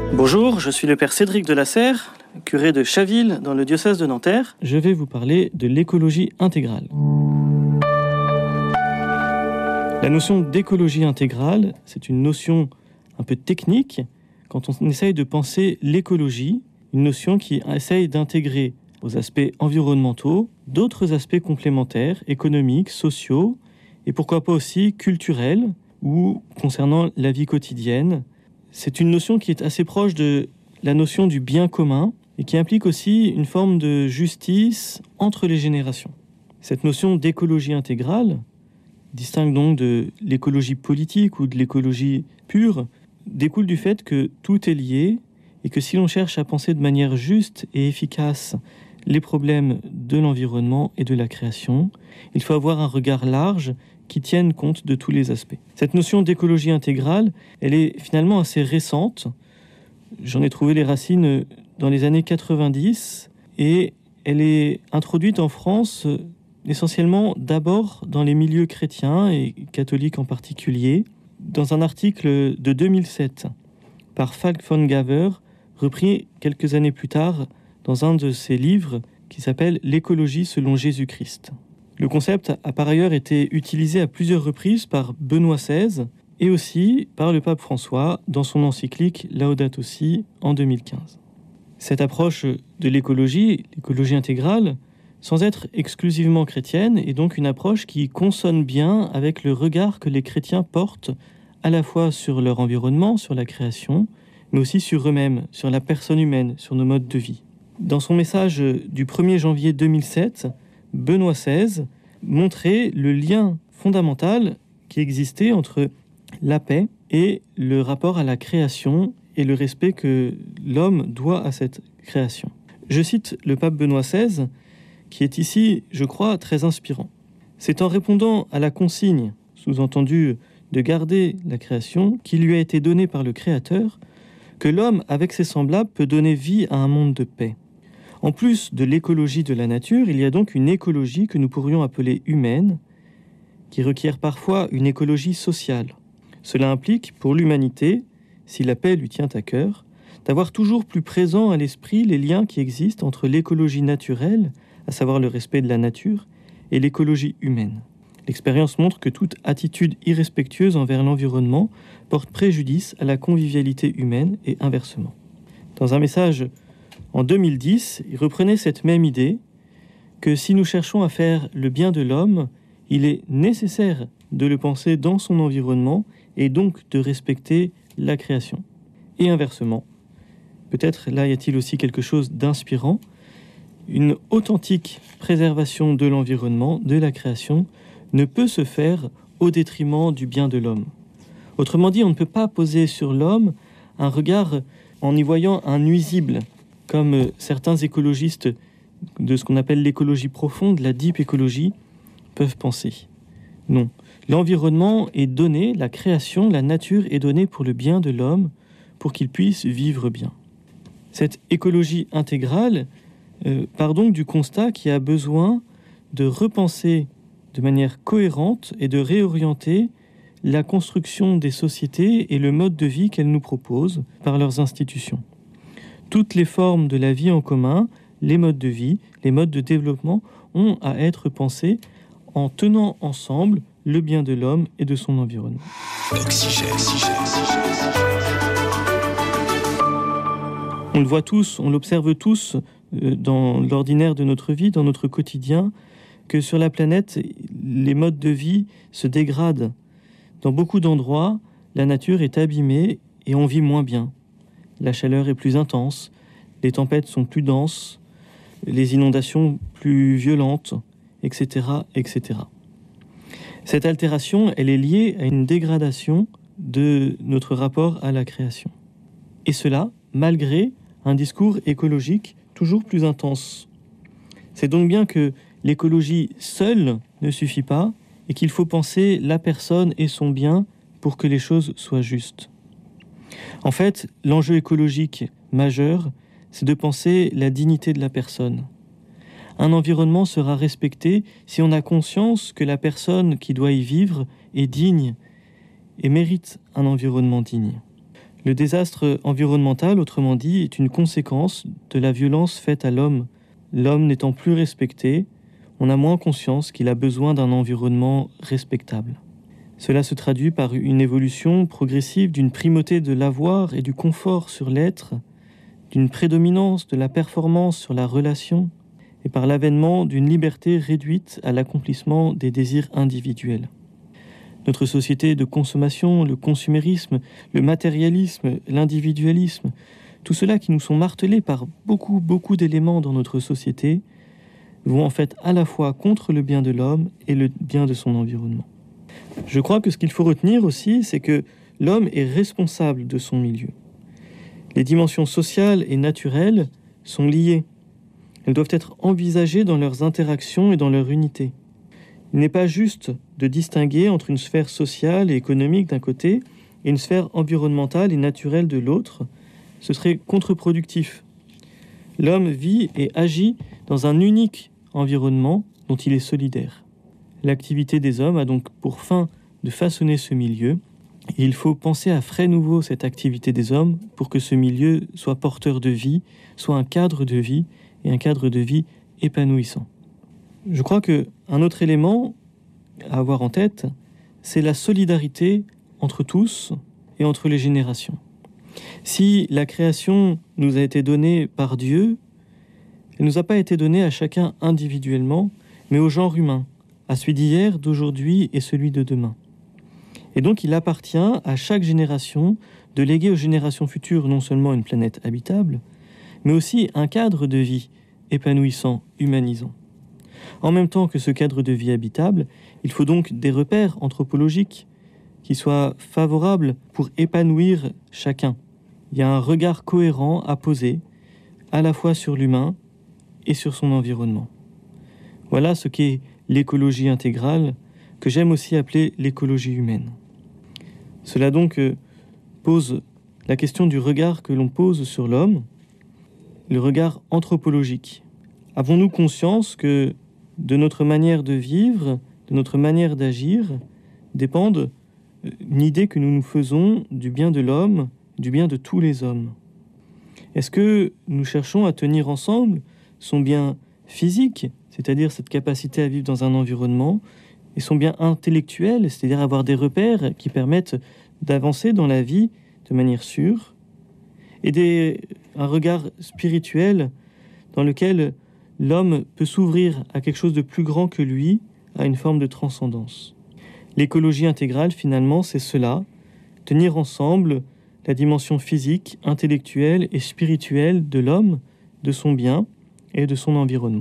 Bonjour, je suis le père Cédric de la Serre, curé de Chaville dans le diocèse de Nanterre. Je vais vous parler de l'écologie intégrale. La notion d'écologie intégrale, c'est une notion un peu technique quand on essaye de penser l'écologie, une notion qui essaye d'intégrer aux aspects environnementaux d'autres aspects complémentaires, économiques, sociaux et pourquoi pas aussi culturels ou concernant la vie quotidienne. C'est une notion qui est assez proche de la notion du bien commun et qui implique aussi une forme de justice entre les générations. Cette notion d'écologie intégrale distingue donc de l'écologie politique ou de l'écologie pure, découle du fait que tout est lié et que si l'on cherche à penser de manière juste et efficace les problèmes de l'environnement et de la création, il faut avoir un regard large qui tienne compte de tous les aspects. Cette notion d'écologie intégrale, elle est finalement assez récente. J'en ai trouvé les racines dans les années 90 et elle est introduite en France essentiellement d'abord dans les milieux chrétiens et catholiques en particulier, dans un article de 2007 par Falk von Gaver, repris quelques années plus tard dans un de ses livres qui s'appelle « L'écologie selon Jésus-Christ ». Le concept a par ailleurs été utilisé à plusieurs reprises par Benoît XVI et aussi par le pape François dans son encyclique Laudato Si en 2015. Cette approche de l'écologie intégrale, sans être exclusivement chrétienne, est donc une approche qui consonne bien avec le regard que les chrétiens portent à la fois sur leur environnement, sur la création, mais aussi sur eux-mêmes, sur la personne humaine, sur nos modes de vie. Dans son message du 1er janvier 2007, Benoît XVI montrait le lien fondamental qui existait entre la paix et le rapport à la création et le respect que l'homme doit à cette création. Je cite le pape Benoît XVI, qui est ici, je crois, très inspirant. C'est en répondant à la consigne, sous-entendue de garder la création, qui lui a été donnée par le Créateur, que l'homme, avec ses semblables, peut donner vie à un monde de paix. En plus de l'écologie de la nature, il y a donc une écologie que nous pourrions appeler humaine, qui requiert parfois une écologie sociale. Cela implique, pour l'humanité, si la paix lui tient à cœur, d'avoir toujours plus présent à l'esprit les liens qui existent entre l'écologie naturelle, à savoir le respect de la nature, et l'écologie humaine. L'expérience montre que toute attitude irrespectueuse envers l'environnement porte préjudice à la convivialité humaine et inversement. Dans un message en 2010, il reprenait cette même idée que si nous cherchons à faire le bien de l'homme, il est nécessaire de le penser dans son environnement et donc de respecter la création. Et inversement, peut-être là y a-t-il aussi quelque chose d'inspirant, une authentique préservation de l'environnement, de la création, ne peut se faire au détriment du bien de l'homme. Autrement dit, on ne peut pas poser sur l'homme un regard en y voyant un nuisible, comme certains écologistes de ce qu'on appelle l'écologie profonde, la deep écologie, peuvent penser. Non, l'environnement est donné, la création, la nature est donnée pour le bien de l'homme, pour qu'il puisse vivre bien. Cette écologie intégrale part donc du constat qu'il y a besoin de repenser de manière cohérente et de réorienter la construction des sociétés et le mode de vie qu'elles nous proposent par leurs institutions. Toutes les formes de la vie en commun, les modes de vie, les modes de développement ont à être pensés en tenant ensemble le bien de l'homme et de son environnement. On le voit tous, on l'observe tous dans l'ordinaire de notre vie, dans notre quotidien, que sur la planète, les modes de vie se dégradent. Dans beaucoup d'endroits, la nature est abîmée et on vit moins bien. La chaleur est plus intense, les tempêtes sont plus denses, les inondations plus violentes, etc., etc. Cette altération, elle est liée à une dégradation de notre rapport à la création. Et cela, malgré un discours écologique toujours plus intense. C'est donc bien que l'écologie seule ne suffit pas et qu'il faut penser la personne et son bien pour que les choses soient justes. En fait, l'enjeu écologique majeur, c'est de penser la dignité de la personne. Un environnement sera respecté si on a conscience que la personne qui doit y vivre est digne et mérite un environnement digne. Le désastre environnemental, autrement dit, est une conséquence de la violence faite à l'homme. L'homme n'étant plus respecté, on a moins conscience qu'il a besoin d'un environnement respectable. Cela se traduit par une évolution progressive d'une primauté de l'avoir et du confort sur l'être, d'une prédominance de la performance sur la relation, et par l'avènement d'une liberté réduite à l'accomplissement des désirs individuels. Notre société de consommation, le consumérisme, le matérialisme, l'individualisme, tout cela qui nous sont martelés par beaucoup d'éléments dans notre société, vont en fait à la fois contre le bien de l'homme et le bien de son environnement. Je crois que ce qu'il faut retenir aussi, c'est que l'homme est responsable de son milieu. Les dimensions sociales et naturelles sont liées. Elles doivent être envisagées dans leurs interactions et dans leur unité. Il n'est pas juste de distinguer entre une sphère sociale et économique d'un côté et une sphère environnementale et naturelle de l'autre. Ce serait contre-productif. L'homme vit et agit dans un unique environnement dont il est solidaire. L'activité des hommes a donc pour fin de façonner ce milieu, et il faut penser à frais nouveaux cette activité des hommes pour que ce milieu soit porteur de vie, soit un cadre de vie, et un cadre de vie épanouissant. Je crois qu'un autre élément à avoir en tête, c'est la solidarité entre tous et entre les générations. Si la création nous a été donnée par Dieu, elle ne nous a pas été donnée à chacun individuellement, mais au genre humain, à celui d'hier, d'aujourd'hui et celui de demain. Et donc il appartient à chaque génération de léguer aux générations futures non seulement une planète habitable, mais aussi un cadre de vie épanouissant, humanisant. En même temps que ce cadre de vie habitable, il faut donc des repères anthropologiques qui soient favorables pour épanouir chacun. Il y a un regard cohérent à poser à la fois sur l'humain et sur son environnement. Voilà ce qu'est l'écologie intégrale, que j'aime aussi appeler l'écologie humaine. Cela donc pose la question du regard que l'on pose sur l'homme, le regard anthropologique. Avons-nous conscience que de notre manière de vivre, de notre manière d'agir, dépendent une idée que nous nous faisons du bien de l'homme, du bien de tous les hommes? Est-ce que nous cherchons à tenir ensemble son bien physique, c'est-à-dire cette capacité à vivre dans un environnement, et son bien intellectuel, c'est-à-dire avoir des repères qui permettent d'avancer dans la vie de manière sûre, et un regard spirituel dans lequel l'homme peut s'ouvrir à quelque chose de plus grand que lui, à une forme de transcendance. L'écologie intégrale, finalement, c'est cela, tenir ensemble la dimension physique, intellectuelle et spirituelle de l'homme, de son bien et de son environnement.